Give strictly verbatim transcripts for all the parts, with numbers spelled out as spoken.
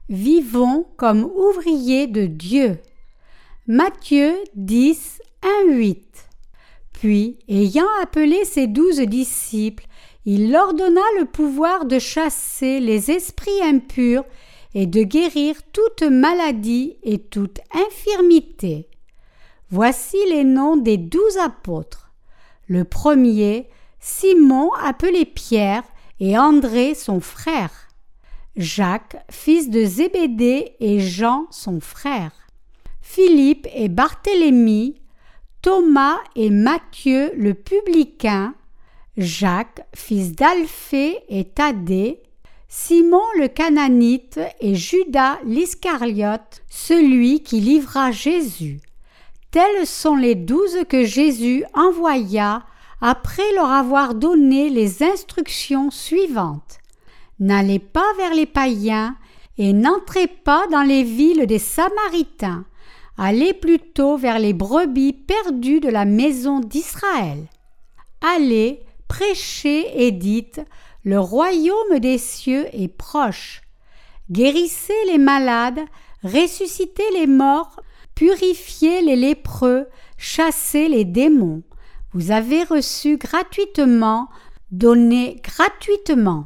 Vivons comme ouvriers de Dieu. Matthieu dix, un à huit. Puis, ayant appelé ses douze disciples, il leur donna le pouvoir de chasser les esprits impurs et de guérir toute maladie et toute infirmité. Voici les noms des douze apôtres. Le premier, Simon appelé Pierre, et André son frère. Jacques, fils de Zébédée, et Jean son frère. Philippe et Barthélemy, Thomas et Matthieu le publicain, Jacques, fils d'Alphée et Thaddée, Simon le Cananite et Judas l'Iscariote, celui qui livra Jésus. Tels sont les douze que Jésus envoya après leur avoir donné les instructions suivantes. N'allez pas vers les païens et n'entrez pas dans les villes des Samaritains. Allez plutôt vers les brebis perdues de la maison d'Israël. Allez, prêchez et dites, le royaume des cieux est proche. Guérissez les malades, ressuscitez les morts, purifiez les lépreux, chassez les démons. Vous avez reçu gratuitement, donnez gratuitement.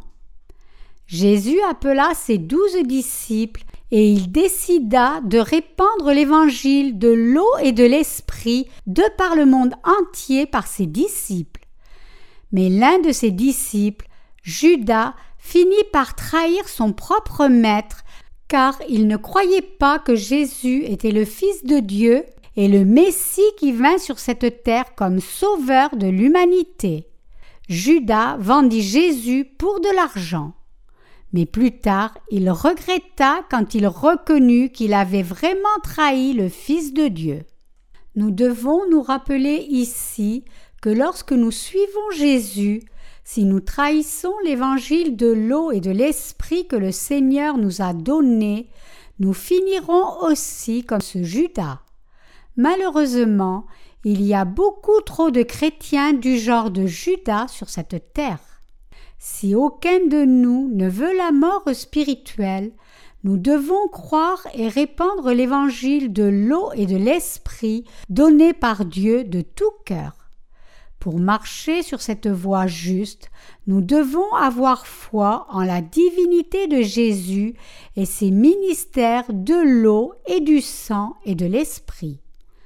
Jésus appela ses douze disciples et il décida de répandre l'évangile de l'eau et de l'esprit de par le monde entier par ses disciples. Mais l'un de ses disciples, Judas, finit par trahir son propre maître, car il ne croyait pas que Jésus était le Fils de Dieu et le Messie qui vint sur cette terre comme sauveur de l'humanité. Judas vendit Jésus pour de l'argent. Mais plus tard, il regretta quand il reconnut qu'il avait vraiment trahi le Fils de Dieu. Nous devons nous rappeler ici que lorsque nous suivons Jésus, si nous trahissons l'évangile de l'eau et de l'esprit que le Seigneur nous a donné, nous finirons aussi comme ce Judas. Malheureusement, il y a beaucoup trop de chrétiens du genre de Judas sur cette terre. Si aucun de nous ne veut la mort spirituelle, nous devons croire et répandre l'évangile de l'eau et de l'esprit donné par Dieu de tout cœur. Pour marcher sur cette voie juste, nous devons avoir foi en la divinité de Jésus et ses ministères de l'eau et du sang et de l'esprit.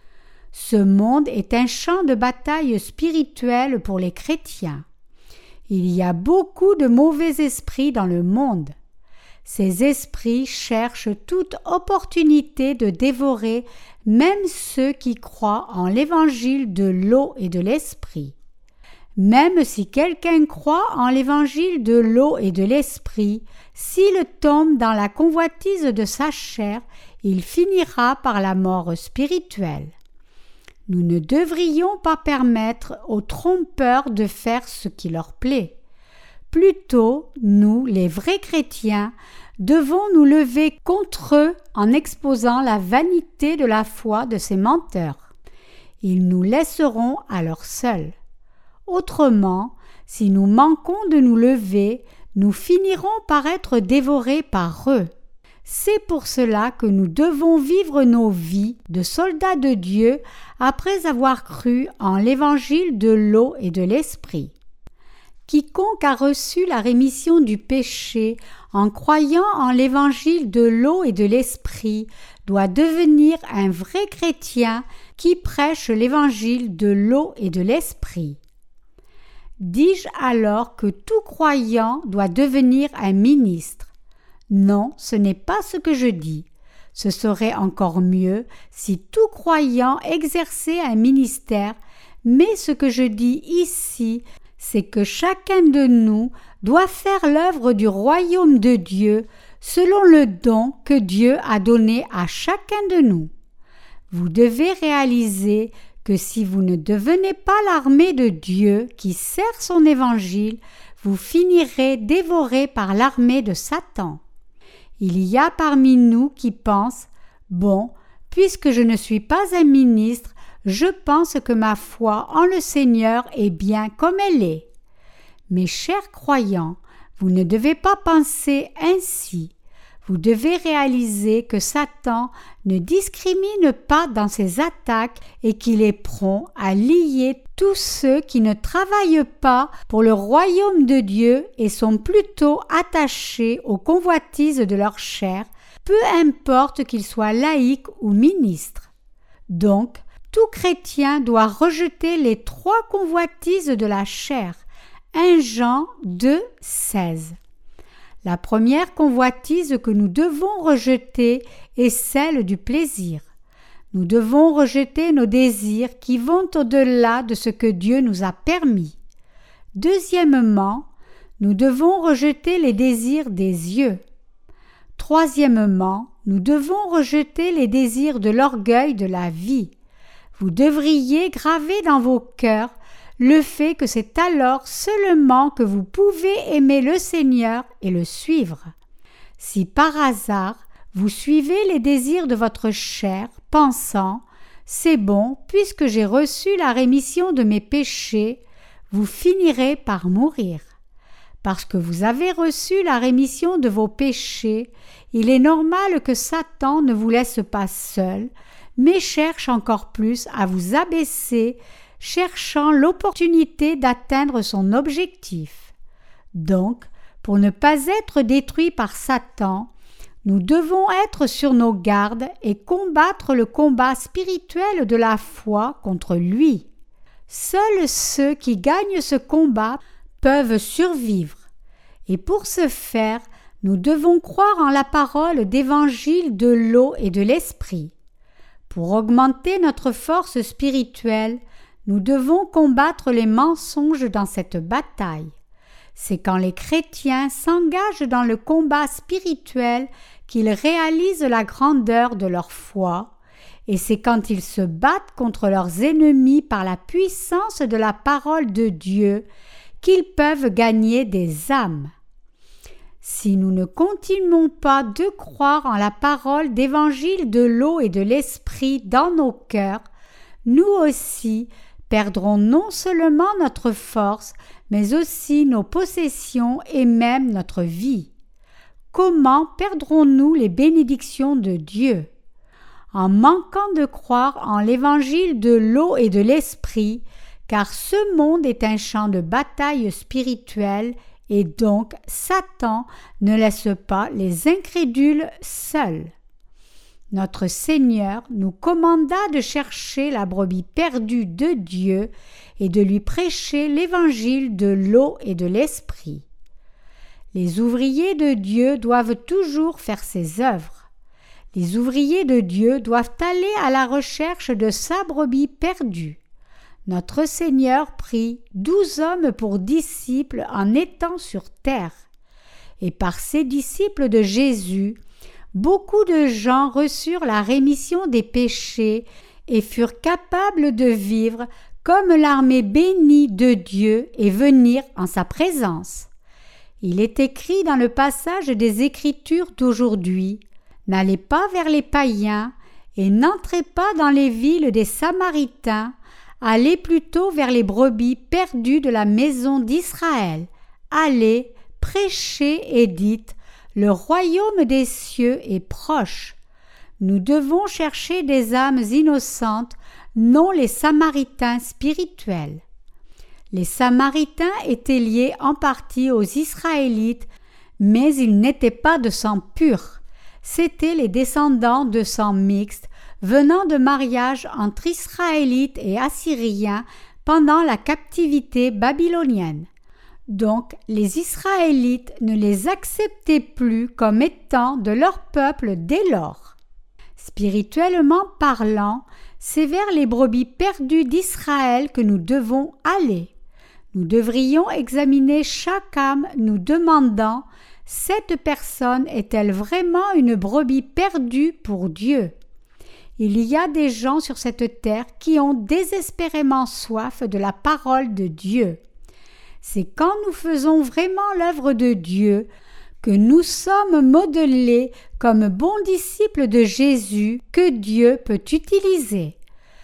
Ce monde est un champ de bataille spirituelle pour les chrétiens. Il y a beaucoup de mauvais esprits dans le monde. Ces esprits cherchent toute opportunité de dévorer même ceux qui croient en l'évangile de l'eau et de l'esprit. Même si quelqu'un croit en l'évangile de l'eau et de l'esprit, s'il tombe dans la convoitise de sa chair, il finira par la mort spirituelle. Nous ne devrions pas permettre aux trompeurs de faire ce qui leur plaît. Plutôt, nous, les vrais chrétiens, devons nous lever contre eux en exposant la vanité de la foi de ces menteurs. Ils nous laisseront alors seuls. Autrement, si nous manquons de nous lever, nous finirons par être dévorés par eux. C'est pour cela que nous devons vivre nos vies de soldats de Dieu après avoir cru en l'évangile de l'eau et de l'esprit. Quiconque a reçu la rémission du péché en croyant en l'évangile de l'eau et de l'esprit doit devenir un vrai chrétien qui prêche l'évangile de l'eau et de l'esprit. Dis-je alors que tout croyant doit devenir un ministre? Non, ce n'est pas ce que je dis. Ce serait encore mieux si tout croyant exerçait un ministère, mais ce que je dis ici, c'est que chacun de nous doit faire l'œuvre du royaume de Dieu selon le don que Dieu a donné à chacun de nous. Vous devez réaliser que si vous ne devenez pas l'armée de Dieu qui sert son évangile, vous finirez dévorés par l'armée de Satan. Il y a parmi nous qui pensent « Bon, puisque je ne suis pas un ministre, je pense que ma foi en le Seigneur est bien comme elle est. » Mes chers croyants, vous ne devez pas penser ainsi. vous devez réaliser que Satan ne discrimine pas dans ses attaques et qu'il est prompt à lier tous ceux qui ne travaillent pas pour le royaume de Dieu et sont plutôt attachés aux convoitises de leur chair, peu importe qu'ils soient laïcs ou ministres. Donc, tout chrétien doit rejeter les trois convoitises de la chair. premier Jean deux, seize. La première convoitise que nous devons rejeter est celle du plaisir. Nous devons rejeter nos désirs qui vont au-delà de ce que Dieu nous a permis. Deuxièmement, nous devons rejeter les désirs des yeux. Troisièmement, nous devons rejeter les désirs de l'orgueil de la vie. Vous devriez graver dans vos cœurs le fait que c'est alors seulement que vous pouvez aimer le Seigneur et le suivre. Si par hasard vous suivez les désirs de votre chair, pensant « c'est bon, puisque j'ai reçu la rémission de mes péchés », vous finirez par mourir. Parce que vous avez reçu la rémission de vos péchés, il est normal que Satan ne vous laisse pas seul, mais cherche encore plus à vous abaisser, cherchant l'opportunité d'atteindre son objectif. Donc, pour ne pas être détruits par Satan, nous devons être sur nos gardes et combattre le combat spirituel de la foi contre lui. Seuls ceux qui gagnent ce combat peuvent survivre. Et pour ce faire, nous devons croire en la parole d'évangile de l'eau et de l'esprit. Pour augmenter notre force spirituelle, nous devons combattre les mensonges dans cette bataille. C'est quand les chrétiens s'engagent dans le combat spirituel qu'ils réalisent la grandeur de leur foi, et c'est quand ils se battent contre leurs ennemis par la puissance de la parole de Dieu qu'ils peuvent gagner des âmes. Si nous ne continuons pas de croire en la parole d'évangile de l'eau et de l'esprit dans nos cœurs, nous aussi perdrons non seulement notre force, mais aussi nos possessions et même notre vie. Comment perdrons-nous les bénédictions de Dieu? En manquant de croire en l'évangile de l'eau et de l'esprit, car ce monde est un champ de bataille spirituelle et donc Satan ne laisse pas les incrédules seuls. Notre Seigneur nous commanda de chercher la brebis perdue de Dieu et de lui prêcher l'évangile de l'eau et de l'esprit. Les ouvriers de Dieu doivent toujours faire ses œuvres. Les ouvriers de Dieu doivent aller à la recherche de sa brebis perdue. Notre Seigneur prit douze hommes pour disciples en étant sur terre. Et par ces disciples de Jésus, beaucoup de gens reçurent la rémission des péchés et furent capables de vivre comme l'armée bénie de Dieu et venir en sa présence. Il est écrit dans le passage des Écritures d'aujourd'hui « N'allez pas vers les païens et n'entrez pas dans les villes des Samaritains, allez plutôt vers les brebis perdues de la maison d'Israël. Allez, prêchez et dites « Le royaume des cieux est proche ». Nous devons chercher des âmes innocentes, non les Samaritains spirituels. Les Samaritains étaient liés en partie aux Israélites, mais ils n'étaient pas de sang pur. C'étaient les descendants de sang mixte venant de mariages entre Israélites et Assyriens pendant la captivité babylonienne. Donc, les Israélites ne les acceptaient plus comme étant de leur peuple dès lors. Spirituellement parlant, c'est vers les brebis perdues d'Israël que nous devons aller. Nous devrions examiner chaque âme nous demandant « Cette personne est-elle vraiment une brebis perdue pour Dieu ?» Il y a des gens sur cette terre qui ont désespérément soif de la parole de Dieu. C'est quand nous faisons vraiment l'œuvre de Dieu que nous sommes modelés comme bons disciples de Jésus que Dieu peut utiliser.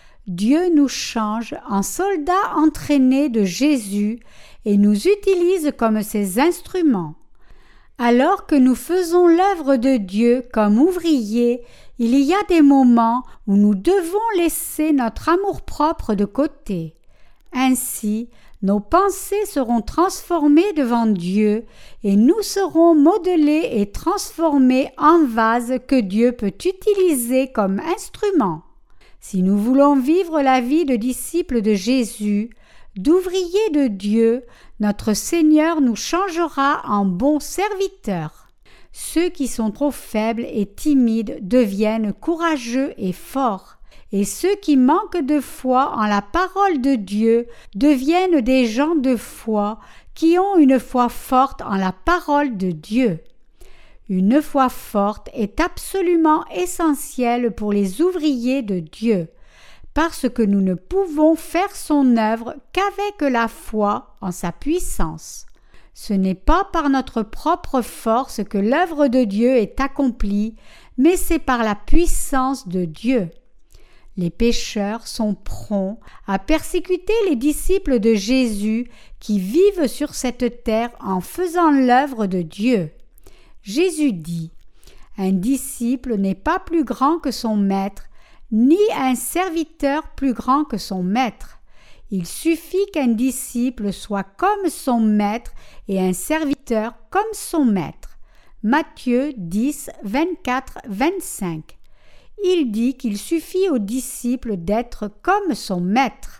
Dieu nous change en soldats entraînés de Jésus et nous utilise comme ses instruments. Alors que nous faisons l'œuvre de Dieu comme ouvriers, il y a des moments où nous devons laisser notre amour-propre de côté. Ainsi, nos pensées seront transformées devant Dieu et nous serons modelés et transformés en vases que Dieu peut utiliser comme instruments. Si nous voulons vivre la vie de disciples de Jésus, d'ouvriers de Dieu, notre Seigneur nous changera en bons serviteurs. Ceux qui sont trop faibles et timides deviennent courageux et forts, et ceux qui manquent de foi en la parole de Dieu deviennent des gens de foi qui ont une foi forte en la parole de Dieu. Une foi forte est absolument essentielle pour les ouvriers de Dieu, parce que nous ne pouvons faire son œuvre qu'avec la foi en sa puissance. Ce n'est pas par notre propre force que l'œuvre de Dieu est accomplie, mais c'est par la puissance de Dieu. Les pécheurs sont prompts à persécuter les disciples de Jésus qui vivent sur cette terre en faisant l'œuvre de Dieu. Jésus dit « Un disciple n'est pas plus grand que son maître, ni un serviteur plus grand que son maître. Il suffit qu'un disciple soit comme son maître et un serviteur comme son maître. » Matthieu dix, vingt-quatre à vingt-cinq. Il dit qu'il suffit au disciple d'être comme son maître.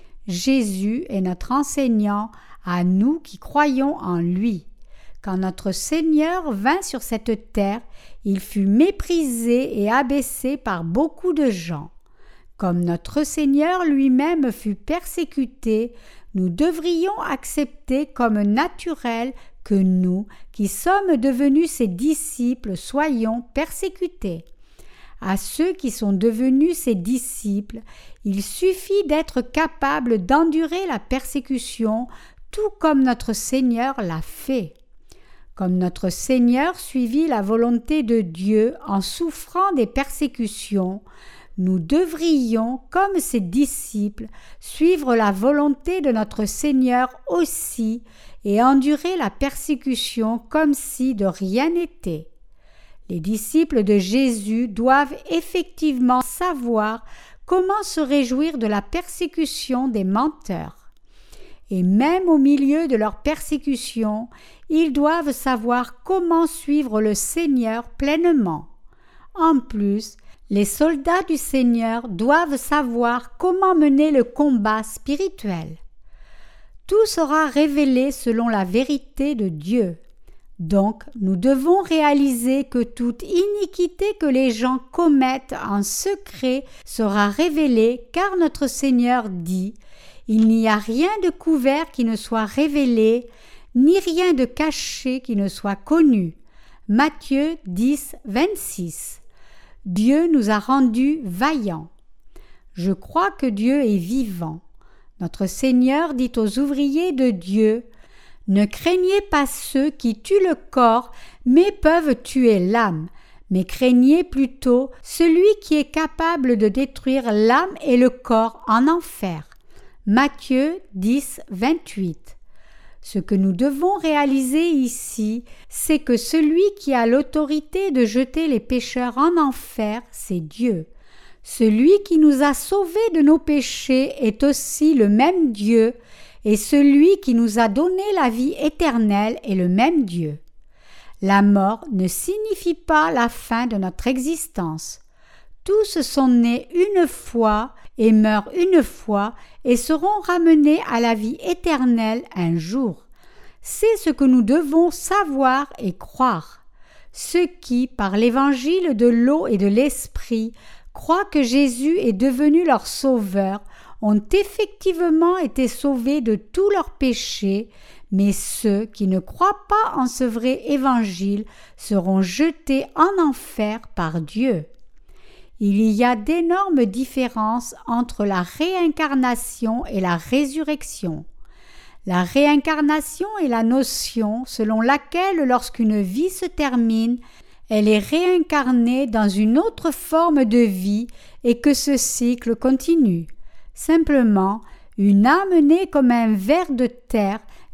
Jésus est notre enseignant à nous qui croyons en lui. Quand notre Seigneur vint sur cette terre, il fut méprisé et abaissé par beaucoup de gens. Comme notre Seigneur lui-même fut persécuté, nous devrions accepter comme naturel que nous, qui sommes devenus ses disciples, soyons persécutés. À ceux qui sont devenus ses disciples, il suffit d'être capable d'endurer la persécution, tout comme notre Seigneur l'a fait. Comme notre Seigneur suivit la volonté de Dieu en souffrant des persécutions, nous devrions, comme ses disciples, suivre la volonté de notre Seigneur aussi et endurer la persécution comme si de rien n'était. Les disciples de Jésus doivent effectivement savoir comment se réjouir de la persécution des menteurs. Et même au milieu de leur persécution, ils doivent savoir comment suivre le Seigneur pleinement. En plus, les soldats du Seigneur doivent savoir comment mener le combat spirituel. Tout sera révélé selon la vérité de Dieu. Donc, nous devons réaliser que toute iniquité que les gens commettent en secret sera révélée, car notre Seigneur dit « Il n'y a rien de couvert qui ne soit révélé, ni rien de caché qui ne soit connu. » Matthieu dix, vingt-six. Dieu nous a rendus vaillants. Je crois que Dieu est vivant. Notre Seigneur dit aux ouvriers de Dieu « Ne craignez pas ceux qui tuent le corps, mais peuvent tuer l'âme, mais craignez plutôt celui qui est capable de détruire l'âme et le corps en enfer. » Matthieu dix, vingt-huit. Ce que nous devons réaliser ici, c'est que celui qui a l'autorité de jeter les pécheurs en enfer, c'est Dieu. Celui qui nous a sauvés de nos péchés est aussi le même Dieu, et celui qui nous a donné la vie éternelle est le même Dieu. La mort ne signifie pas la fin de notre existence. Tous sont nés une fois et meurent une fois et seront ramenés à la vie éternelle un jour. C'est ce que nous devons savoir et croire. Ceux qui, par l'évangile de l'eau et de l'esprit, croient que Jésus est devenu leur sauveur, ont effectivement été sauvés de tous leurs péchés, mais ceux qui ne croient pas en ce vrai évangile seront jetés en enfer par Dieu. Il y a d'énormes différences entre la réincarnation et la résurrection. La réincarnation est la notion selon laquelle lorsqu'une vie se termine, elle est réincarnée dans une autre forme de vie et que ce cycle continue. Simplement, une âme née comme un ver de terre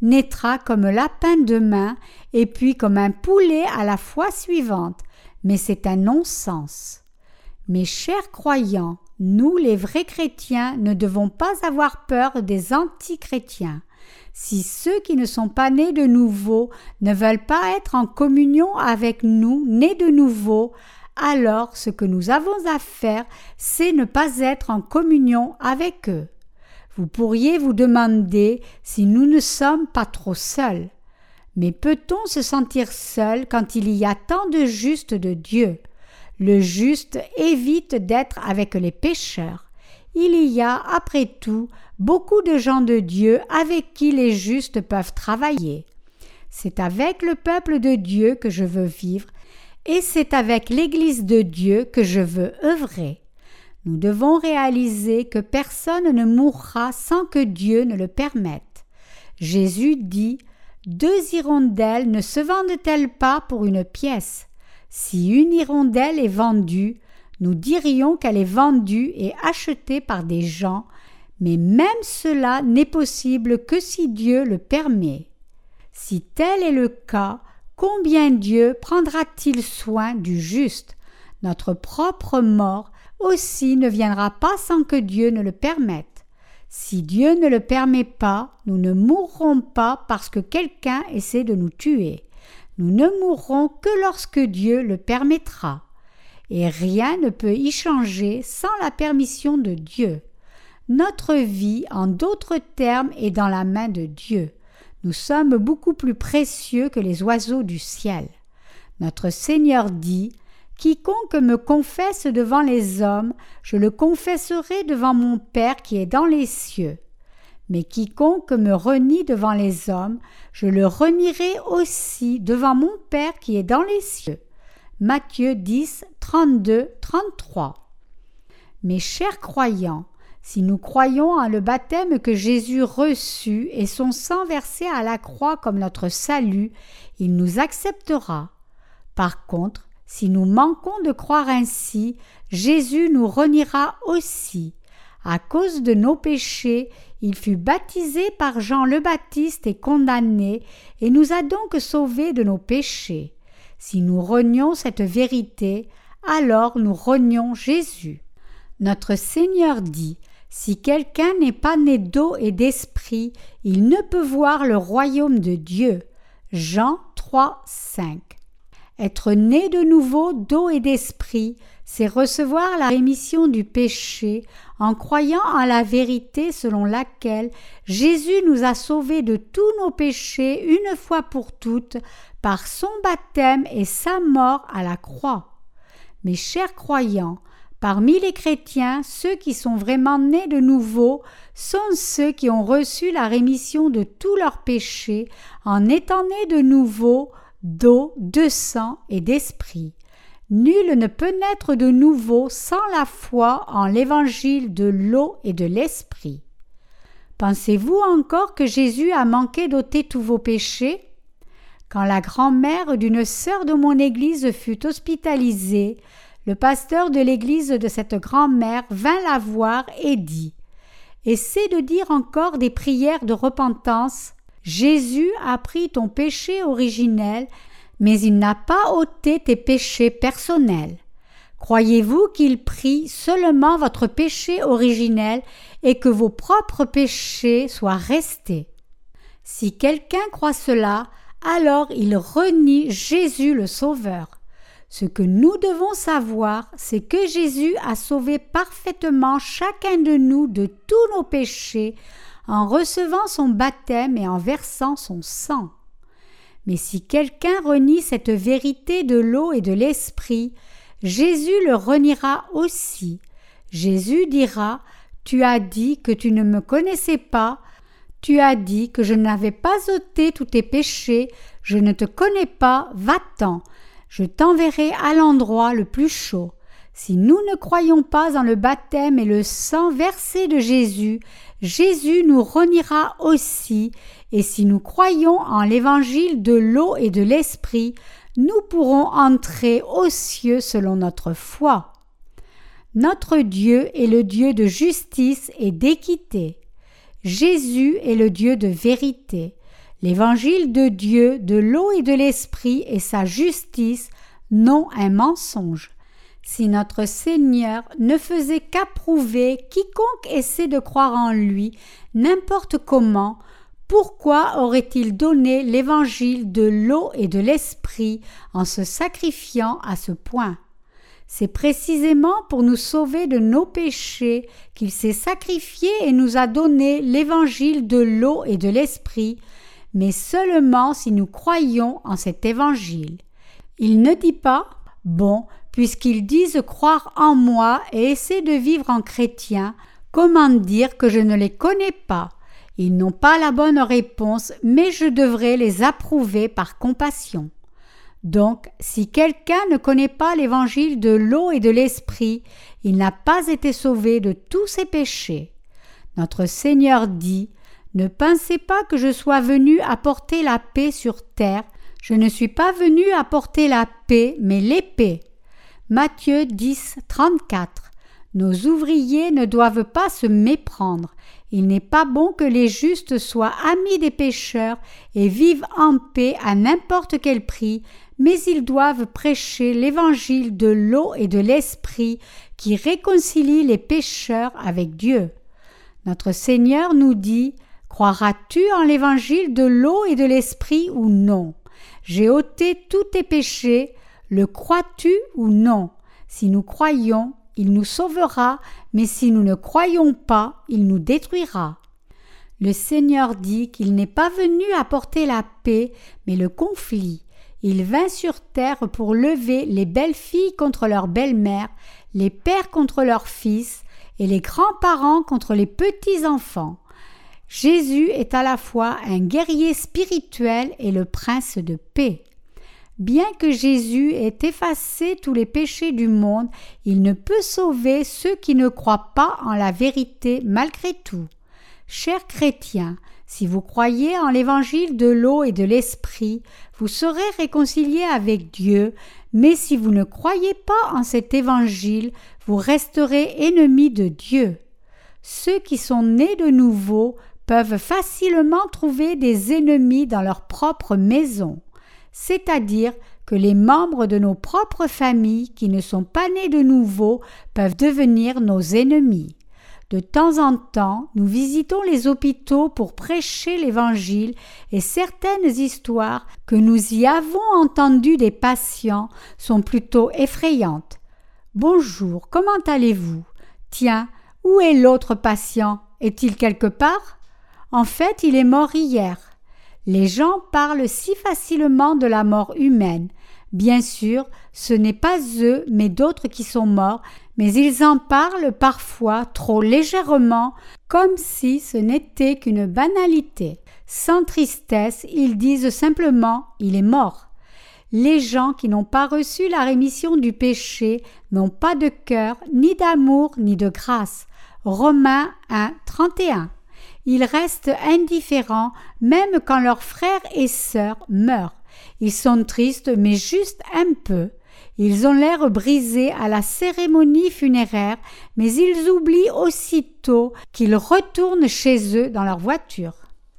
naîtra comme lapin demain et puis comme un poulet à la fois suivante. Mais c'est un non-sens. Mes chers croyants, nous les vrais chrétiens ne devons pas avoir peur des anti-chrétiens. Si ceux qui ne sont pas nés de nouveau ne veulent pas être en communion avec nous, nés de nouveau, alors ce que nous avons à faire, c'est ne pas être en communion avec eux. Vous pourriez vous demander si nous ne sommes pas trop seuls. Mais peut-on se sentir seul quand il y a tant de justes de Dieu? Le juste évite d'être avec les pécheurs. Il y a, après tout, beaucoup de gens de Dieu avec qui les justes peuvent travailler. C'est avec le peuple de Dieu que je veux vivre, et c'est avec l'Église de Dieu que je veux œuvrer. Nous devons réaliser que personne ne mourra sans que Dieu ne le permette. Jésus dit « Deux hirondelles ne se vendent-elles pas pour une pièce ?» Si une hirondelle est vendue, nous dirions qu'elle est vendue et achetée par des gens, mais même cela n'est possible que si Dieu le permet. Si tel est le cas, combien Dieu prendra-t-il soin du juste? Notre propre mort aussi ne viendra pas sans que Dieu ne le permette. Si Dieu ne le permet pas, nous ne mourrons pas parce que quelqu'un essaie de nous tuer. Nous ne mourrons que lorsque Dieu le permettra. Et rien ne peut y changer sans la permission de Dieu. Notre vie, en d'autres termes, est dans la main de Dieu. Nous sommes beaucoup plus précieux que les oiseaux du ciel. Notre Seigneur dit « Quiconque me confesse devant les hommes, je le confesserai devant mon Père qui est dans les cieux. Mais quiconque me renie devant les hommes, je le renierai aussi devant mon Père qui est dans les cieux. » Matthieu dix, trente-deux, trente-trois. Mes chers croyants, si nous croyons en le baptême que Jésus reçut et son sang versé à la croix comme notre salut, il nous acceptera. Par contre, si nous manquons de croire ainsi, Jésus nous reniera aussi. À cause de nos péchés, il fut baptisé par Jean le Baptiste et condamné, et nous a donc sauvés de nos péchés. Si nous renions cette vérité, alors nous renions Jésus. Notre Seigneur dit « Si quelqu'un n'est pas né d'eau et d'esprit, il ne peut voir le royaume de Dieu. » Jean trois, cinq. Être né de nouveau d'eau et d'esprit, c'est recevoir la rémission du péché en croyant en la vérité selon laquelle Jésus nous a sauvés de tous nos péchés une fois pour toutes par son baptême et sa mort à la croix. Mes chers croyants, parmi les chrétiens, ceux qui sont vraiment nés de nouveau sont ceux qui ont reçu la rémission de tous leurs péchés en étant nés de nouveau d'eau, de sang et d'esprit. Nul ne peut naître de nouveau sans la foi en l'évangile de l'eau et de l'esprit. Pensez-vous encore que Jésus a manqué d'ôter tous vos péchés? Quand la grand-mère d'une sœur de mon église fut hospitalisée, le pasteur de l'église de cette grand-mère vint la voir et dit « Essaie de dire encore des prières de repentance. Jésus a pris ton péché originel, mais il n'a pas ôté tes péchés personnels. Croyez-vous qu'il prie seulement votre péché originel et que vos propres péchés soient restés? Si quelqu'un croit cela, alors il renie Jésus le Sauveur. Ce que nous devons savoir, c'est que Jésus a sauvé parfaitement chacun de nous de tous nos péchés en recevant son baptême et en versant son sang. Mais si quelqu'un renie cette vérité de l'eau et de l'esprit, Jésus le reniera aussi. Jésus dira « Tu as dit que tu ne me connaissais pas, tu as dit que je n'avais pas ôté tous tes péchés, je ne te connais pas, va-t'en, je t'enverrai à l'endroit le plus chaud. » Si nous ne croyons pas en le baptême et le sang versé de Jésus, Jésus nous reniera aussi, et si nous croyons en l'évangile de l'eau et de l'esprit, nous pourrons entrer aux cieux selon notre foi. Notre Dieu est le Dieu de justice et d'équité. Jésus est le Dieu de vérité. l'évangile de Dieu, de l'eau et de l'esprit est sa justice, non un mensonge. Si notre Seigneur ne faisait qu'approuver quiconque essaie de croire en lui, n'importe comment, pourquoi aurait-il donné l'évangile de l'eau et de l'esprit en se sacrifiant à ce point? C'est précisément pour nous sauver de nos péchés qu'il s'est sacrifié et nous a donné l'évangile de l'eau et de l'esprit, mais seulement si nous croyons en cet évangile. Il ne dit pas « Bon, puisqu'ils disent croire en moi et essaient de vivre en chrétien, comment dire que je ne les connais pas? Ils n'ont pas la bonne réponse, mais je devrais les approuver par compassion. » Donc, si quelqu'un ne connaît pas l'évangile de l'eau et de l'esprit, il n'a pas été sauvé de tous ses péchés. Notre Seigneur dit « Ne pensez pas que je sois venu apporter la paix sur terre. Je ne suis pas venu apporter la paix, mais l'épée. » Matthieu dix, trente-quatre. Nos ouvriers ne doivent pas se méprendre. Il n'est pas bon que les justes soient amis des pécheurs et vivent en paix à n'importe quel prix, mais ils doivent prêcher l'évangile de l'eau et de l'esprit qui réconcilie les pécheurs avec Dieu. Notre Seigneur nous dit « Croiras-tu en l'évangile de l'eau et de l'esprit ou non? J'ai ôté tous tes péchés, le crois-tu ou non? Si nous croyons, il nous sauvera, mais si nous ne croyons pas, il nous détruira. » Le Seigneur dit qu'il n'est pas venu apporter la paix, mais le conflit. Il vint sur terre pour lever les belles filles contre leurs belles-mères, les pères contre leurs fils, et les grands-parents contre les petits-enfants. Jésus est à la fois un guerrier spirituel et le prince de paix. Bien que Jésus ait effacé tous les péchés du monde, il ne peut sauver ceux qui ne croient pas en la vérité malgré tout. Chers chrétiens, si vous croyez en l'évangile de l'eau et de l'esprit, vous serez réconciliés avec Dieu, mais si vous ne croyez pas en cet évangile, vous resterez ennemis de Dieu. Ceux qui sont nés de nouveau peuvent facilement trouver des ennemis dans leur propre maison, c'est-à-dire que les membres de nos propres familles qui ne sont pas nés de nouveau peuvent devenir nos ennemis. De temps en temps, nous visitons les hôpitaux pour prêcher l'Évangile et certaines histoires que nous y avons entendues des patients sont plutôt effrayantes. « Bonjour, comment allez-vous? Tiens, où est l'autre patient? Est-il quelque part? En fait, il est mort hier. » Les gens parlent si facilement de la mort humaine. Bien sûr, ce n'est pas eux, mais d'autres qui sont morts, mais ils en parlent parfois trop légèrement, comme si ce n'était qu'une banalité. Sans tristesse, ils disent simplement « il est mort ». Les gens qui n'ont pas reçu la rémission du péché n'ont pas de cœur, ni d'amour, ni de grâce. Romains un, trente et un. Ils restent indifférents même quand leurs frères et sœurs meurent. Ils sont tristes, mais juste un peu. Ils ont l'air brisés à la cérémonie funéraire, mais ils oublient aussitôt qu'ils retournent chez eux dans leur voiture.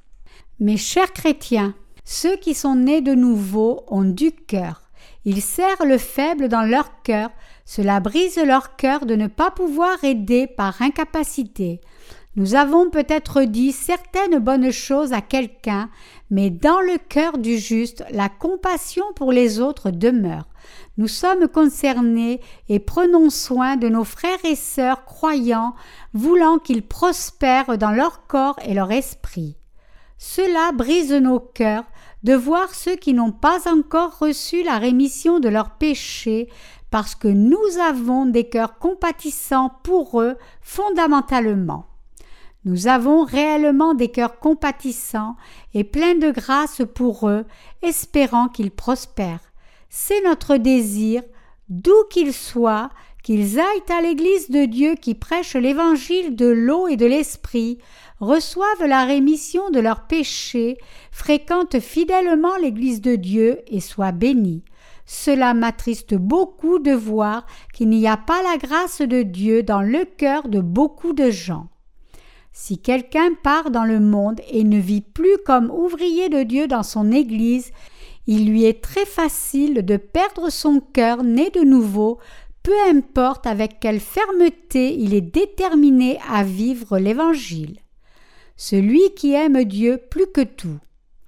Mes chers chrétiens, ceux qui sont nés de nouveau ont du cœur. Ils serrent le faible dans leur cœur. Cela brise leur cœur de ne pas pouvoir aider par incapacité. Nous avons peut-être dit certaines bonnes choses à quelqu'un, mais dans le cœur du juste, la compassion pour les autres demeure. Nous sommes concernés et prenons soin de nos frères et sœurs croyants, voulant qu'ils prospèrent dans leur corps et leur esprit. Cela brise nos cœurs de voir ceux qui n'ont pas encore reçu la rémission de leurs péchés, parce que nous avons des cœurs compatissants pour eux fondamentalement. Nous avons réellement des cœurs compatissants et pleins de grâce pour eux, espérant qu'ils prospèrent. C'est notre désir, d'où qu'ils soient, qu'ils aillent à l'Église de Dieu qui prêche l'Évangile de l'eau et de l'Esprit, reçoivent la rémission de leurs péchés, fréquentent fidèlement l'Église de Dieu et soient bénis. Cela m'attriste beaucoup de voir qu'il n'y a pas la grâce de Dieu dans le cœur de beaucoup de gens. Si quelqu'un part dans le monde et ne vit plus comme ouvrier de Dieu dans son Église, il lui est très facile de perdre son cœur né de nouveau, peu importe avec quelle fermeté il est déterminé à vivre l'Évangile. Celui qui aime Dieu plus que tout.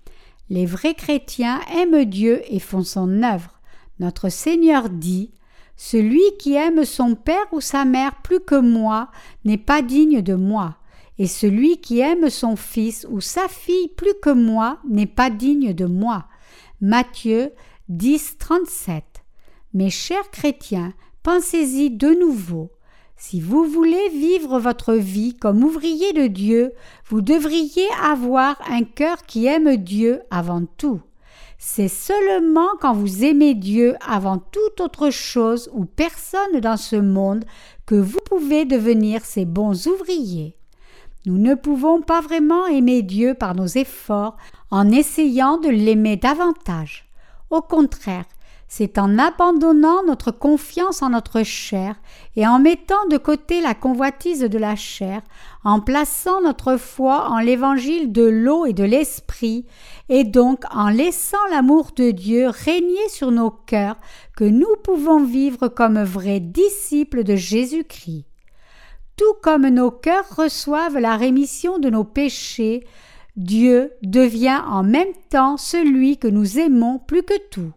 Les vrais chrétiens aiment Dieu et font son œuvre. Notre Seigneur dit « Celui qui aime son père ou sa mère plus que moi n'est pas digne de moi, et celui qui aime son fils ou sa fille plus que moi n'est pas digne de moi. » Matthieu dix, trente-sept. Mes chers chrétiens, pensez-y de nouveau. Si vous voulez vivre votre vie comme ouvrier de Dieu, vous devriez avoir un cœur qui aime Dieu avant tout. C'est seulement quand vous aimez Dieu avant toute autre chose ou personne dans ce monde que vous pouvez devenir ses bons ouvriers. Nous ne pouvons pas vraiment aimer Dieu par nos efforts en essayant de l'aimer davantage. Au contraire, c'est en abandonnant notre confiance en notre chair et en mettant de côté la convoitise de la chair, en plaçant notre foi en l'évangile de l'eau et de l'esprit, et donc en laissant l'amour de Dieu régner sur nos cœurs, que nous pouvons vivre comme vrais disciples de Jésus-Christ. Tout comme nos cœurs reçoivent la rémission de nos péchés, Dieu devient en même temps celui que nous aimons plus que tout.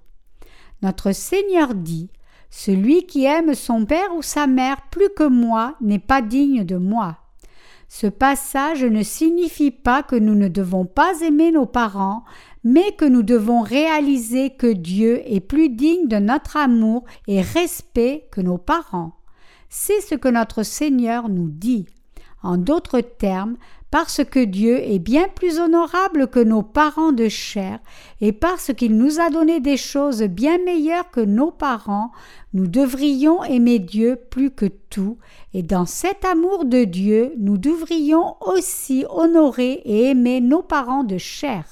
Notre Seigneur dit « Celui qui aime son père ou sa mère plus que moi n'est pas digne de moi. » Ce passage ne signifie pas que nous ne devons pas aimer nos parents, mais que nous devons réaliser que Dieu est plus digne de notre amour et respect que nos parents. C'est ce que notre Seigneur nous dit. En d'autres termes, parce que Dieu est bien plus honorable que nos parents de chair et parce qu'il nous a donné des choses bien meilleures que nos parents, nous devrions aimer Dieu plus que tout, et dans cet amour de Dieu, nous devrions aussi honorer et aimer nos parents de chair.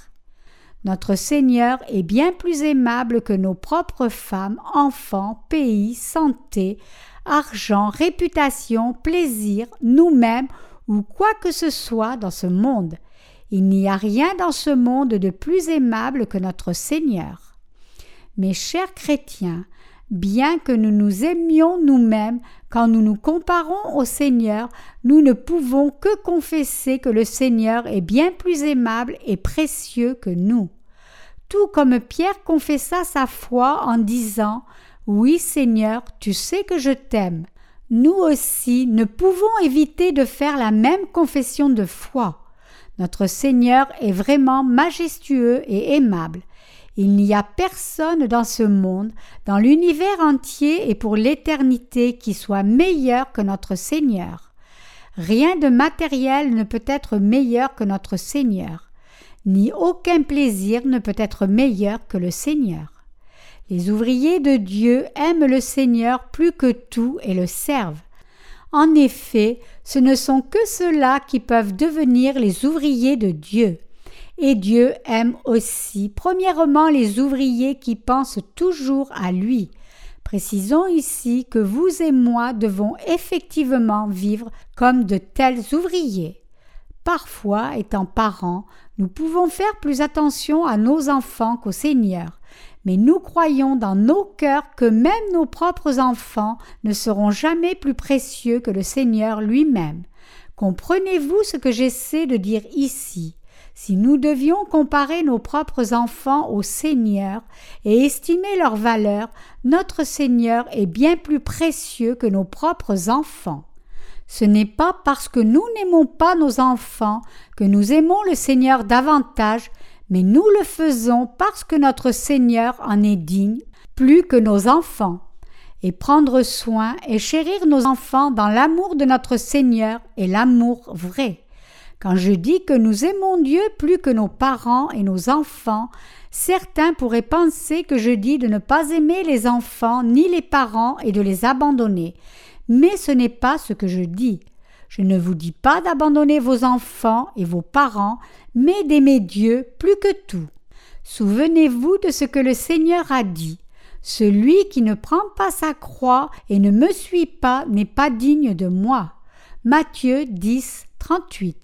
Notre Seigneur est bien plus aimable que nos propres femmes, enfants, pays, santé, argent, réputation, plaisir, nous-mêmes, ou quoi que ce soit dans ce monde. Il n'y a rien dans ce monde de plus aimable que notre Seigneur. Mes chers chrétiens, bien que nous nous aimions nous-mêmes, quand nous nous comparons au Seigneur, nous ne pouvons que confesser que le Seigneur est bien plus aimable et précieux que nous. Tout comme Pierre confessa sa foi en disant « Oui Seigneur, tu sais que je t'aime ». Nous aussi ne pouvons éviter de faire la même confession de foi. Notre Seigneur est vraiment majestueux et aimable. Il n'y a personne dans ce monde, dans l'univers entier et pour l'éternité qui soit meilleur que notre Seigneur. Rien de matériel ne peut être meilleur que notre Seigneur, ni aucun plaisir ne peut être meilleur que le Seigneur. Les ouvriers de Dieu aiment le Seigneur plus que tout et le servent. En effet, ce ne sont que ceux-là qui peuvent devenir les ouvriers de Dieu. Et Dieu aime aussi, premièrement, les ouvriers qui pensent toujours à lui. Précisons ici que vous et moi devons effectivement vivre comme de tels ouvriers. Parfois, étant parents, nous pouvons faire plus attention à nos enfants qu'au Seigneur. Mais nous croyons dans nos cœurs que même nos propres enfants ne seront jamais plus précieux que le Seigneur lui-même. Comprenez-vous ce que j'essaie de dire ici? Si nous devions comparer nos propres enfants au Seigneur et estimer leur valeur, notre Seigneur est bien plus précieux que nos propres enfants. Ce n'est pas parce que nous n'aimons pas nos enfants que nous aimons le Seigneur davantage, mais nous le faisons parce que notre Seigneur en est digne, plus que nos enfants. Et prendre soin et chérir nos enfants dans l'amour de notre Seigneur est l'amour vrai. Quand je dis que nous aimons Dieu plus que nos parents et nos enfants, certains pourraient penser que je dis de ne pas aimer les enfants ni les parents et de les abandonner. Mais ce n'est pas ce que je dis. Je ne vous dis pas d'abandonner vos enfants et vos parents, mais d'aimer Dieu plus que tout. Souvenez-vous de ce que le Seigneur a dit. Celui qui ne prend pas sa croix et ne me suit pas n'est pas digne de moi. Matthieu dix, trente-huit.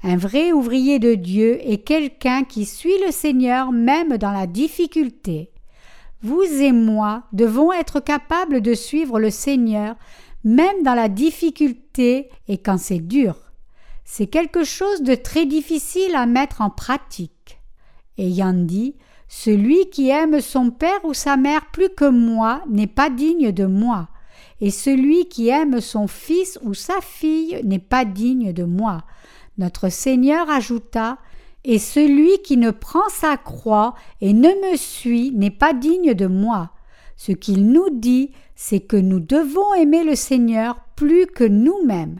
Un vrai ouvrier de Dieu est quelqu'un qui suit le Seigneur même dans la difficulté. Vous et moi devons être capables de suivre le Seigneur même dans la difficulté et quand c'est dur. C'est quelque chose de très difficile à mettre en pratique. Ayant dit « Celui qui aime son père ou sa mère plus que moi n'est pas digne de moi, et celui qui aime son fils ou sa fille n'est pas digne de moi. » Notre Seigneur ajouta « Et celui qui ne prend sa croix et ne me suit n'est pas digne de moi. » Ce qu'il nous dit, c'est que nous devons aimer le Seigneur plus que nous-mêmes.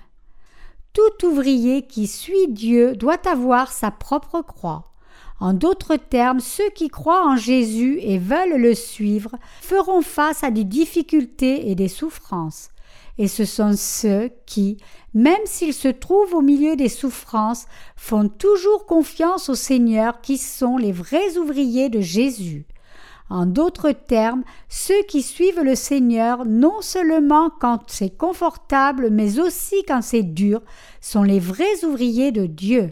Tout ouvrier qui suit Dieu doit avoir sa propre croix. En d'autres termes, ceux qui croient en Jésus et veulent le suivre feront face à des difficultés et des souffrances. Et ce sont ceux qui, même s'ils se trouvent au milieu des souffrances, font toujours confiance au Seigneur qui sont les vrais ouvriers de Jésus. En d'autres termes, ceux qui suivent le Seigneur non seulement quand c'est confortable, mais aussi quand c'est dur, sont les vrais ouvriers de Dieu.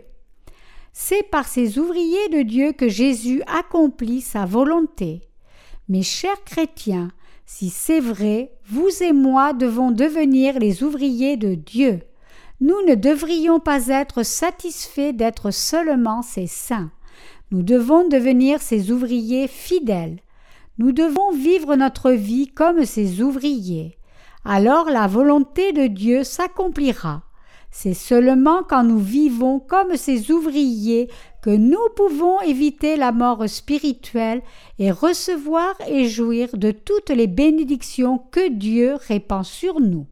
C'est par ces ouvriers de Dieu que Jésus accomplit sa volonté. Mes chers chrétiens, si c'est vrai, vous et moi devons devenir les ouvriers de Dieu. Nous ne devrions pas être satisfaits d'être seulement ses saints. Nous devons devenir ses ouvriers fidèles. Nous devons vivre notre vie comme ses ouvriers. Alors la volonté de Dieu s'accomplira. C'est seulement quand nous vivons comme ses ouvriers que nous pouvons éviter la mort spirituelle et recevoir et jouir de toutes les bénédictions que Dieu répand sur nous.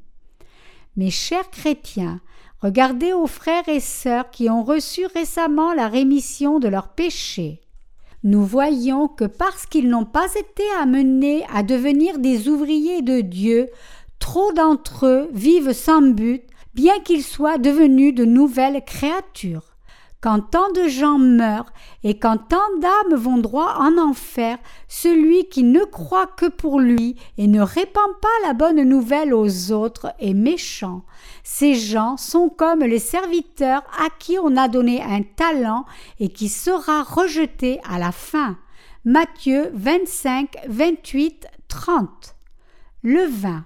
Mes chers chrétiens, regardez aux frères et sœurs qui ont reçu récemment la rémission de leurs péchés. Nous voyons que parce qu'ils n'ont pas été amenés à devenir des ouvriers de Dieu, trop d'entre eux vivent sans but, bien qu'ils soient devenus de nouvelles créatures. Quand tant de gens meurent et quand tant d'âmes vont droit en enfer, celui qui ne croit que pour lui et ne répand pas la bonne nouvelle aux autres est méchant. Ces gens sont comme les serviteurs à qui on a donné un talent et qui sera rejeté à la fin. Matthieu vingt-cinq, vingt-huit, trente. Le vin.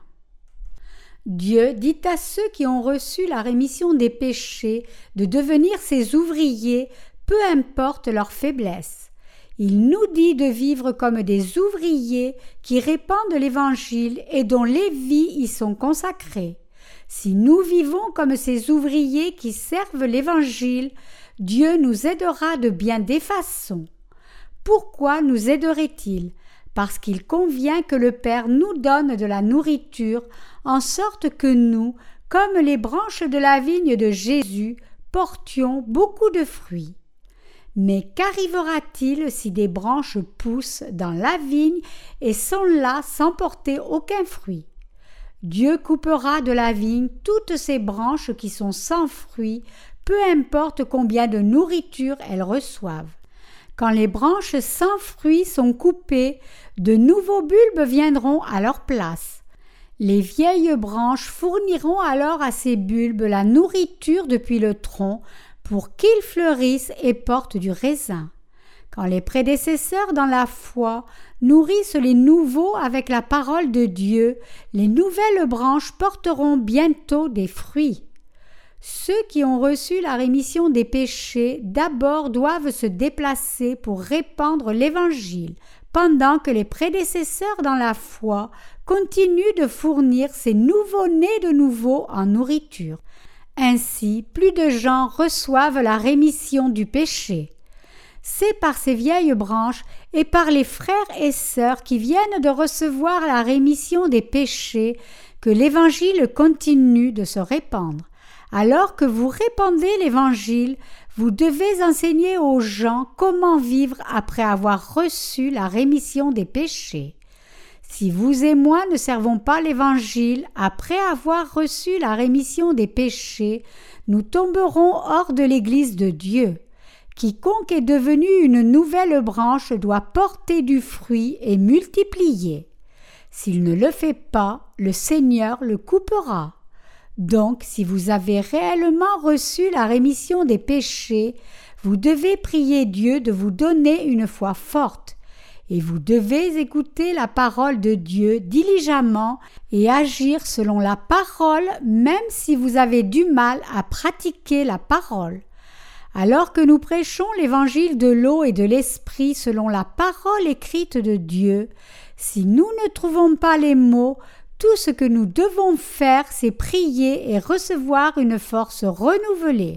Dieu dit à ceux qui ont reçu la rémission des péchés de devenir ses ouvriers, peu importe leur faiblesse. Il nous dit de vivre comme des ouvriers qui répandent l'Évangile et dont les vies y sont consacrées. Si nous vivons comme ces ouvriers qui servent l'Évangile, Dieu nous aidera de bien des façons. Pourquoi nous aiderait-il ? Parce qu'il convient que le Père nous donne de la nourriture, en sorte que nous, comme les branches de la vigne de Jésus, portions beaucoup de fruits. Mais qu'arrivera-t-il si des branches poussent dans la vigne et sont là sans porter aucun fruit ? Dieu coupera de la vigne toutes ces branches qui sont sans fruits, peu importe combien de nourriture elles reçoivent. Quand les branches sans fruits sont coupées, de nouveaux bulbes viendront à leur place. Les vieilles branches fourniront alors à ces bulbes la nourriture depuis le tronc pour qu'ils fleurissent et portent du raisin. Quand les prédécesseurs dans la foi nourrissent les nouveaux avec la parole de Dieu, les nouvelles branches porteront bientôt des fruits. Ceux qui ont reçu la rémission des péchés d'abord doivent se déplacer pour répandre l'Évangile, pendant que les prédécesseurs dans la foi continuent de fournir ces nouveaux-nés de nouveau en nourriture. Ainsi, plus de gens reçoivent la rémission du péché. C'est par ces vieilles branches et par les frères et sœurs qui viennent de recevoir la rémission des péchés que l'Évangile continue de se répandre. Alors que vous répandez l'Évangile, vous devez enseigner aux gens comment vivre après avoir reçu la rémission des péchés. Si vous et moi ne servons pas l'Évangile après avoir reçu la rémission des péchés, nous tomberons hors de l'Église de Dieu. Quiconque est devenu une nouvelle branche doit porter du fruit et multiplier. S'il ne le fait pas, le Seigneur le coupera. Donc, si vous avez réellement reçu la rémission des péchés, vous devez prier Dieu de vous donner une foi forte. Et vous devez écouter la parole de Dieu diligemment et agir selon la parole, même si vous avez du mal à pratiquer la parole. Alors que nous prêchons l'évangile de l'eau et de l'esprit selon la parole écrite de Dieu, si nous ne trouvons pas les mots, tout ce que nous devons faire, c'est prier et recevoir une force renouvelée.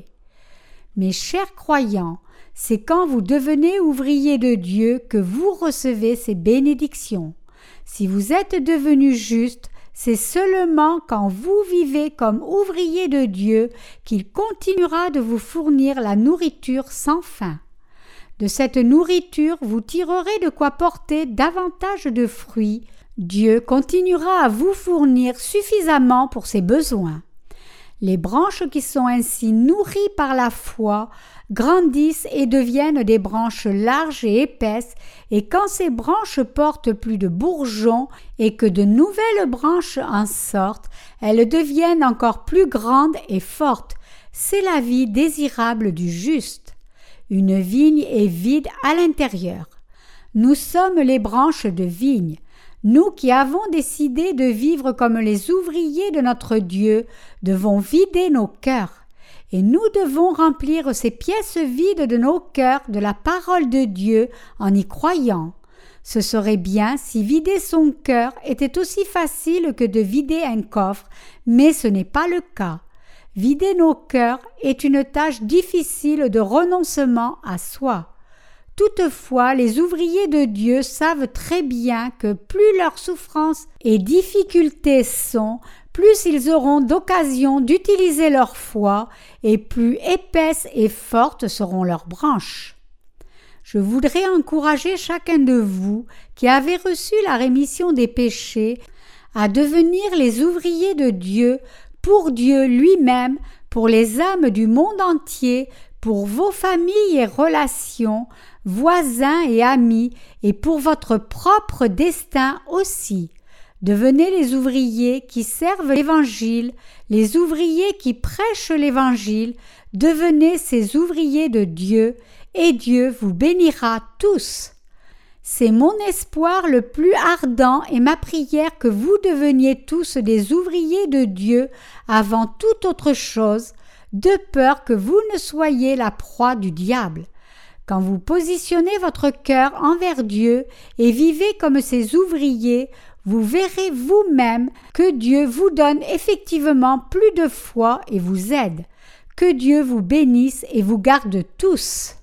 Mes chers croyants, c'est quand vous devenez ouvriers de Dieu que vous recevez ces bénédictions. Si vous êtes devenu juste, c'est seulement quand vous vivez comme ouvriers de Dieu qu'il continuera de vous fournir la nourriture sans fin. De cette nourriture, vous tirerez de quoi porter davantage de fruits. Dieu continuera à vous fournir suffisamment pour ses besoins. Les branches qui sont ainsi nourries par la foi grandissent et deviennent des branches larges et épaisses, et quand ces branches portent plus de bourgeons et que de nouvelles branches en sortent, elles deviennent encore plus grandes et fortes. C'est la vie désirable du juste. Une vigne est vide à l'intérieur. Nous sommes les branches de vigne. Nous qui avons décidé de vivre comme les ouvriers de notre Dieu, devons vider nos cœurs. Et nous devons remplir ces pièces vides de nos cœurs de la parole de Dieu en y croyant. Ce serait bien si vider son cœur était aussi facile que de vider un coffre, mais ce n'est pas le cas. Vider nos cœurs est une tâche difficile de renoncement à soi. Toutefois, les ouvriers de Dieu savent très bien que plus leurs souffrances et difficultés sont, plus ils auront d'occasion d'utiliser leur foi et plus épaisses et fortes seront leurs branches. Je voudrais encourager chacun de vous qui avez reçu la rémission des péchés à devenir les ouvriers de Dieu pour Dieu lui-même, pour les âmes du monde entier, pour vos familles et relations, voisins et amis, et pour votre propre destin aussi. Devenez les ouvriers qui servent l'Évangile, les ouvriers qui prêchent l'Évangile, devenez ces ouvriers de Dieu, et Dieu vous bénira tous. C'est mon espoir le plus ardent et ma prière que vous deveniez tous des ouvriers de Dieu avant toute autre chose, de peur que vous ne soyez la proie du diable. Quand vous positionnez votre cœur envers Dieu et vivez comme ses ouvriers, vous verrez vous-même que Dieu vous donne effectivement plus de foi et vous aide. Que Dieu vous bénisse et vous garde tous.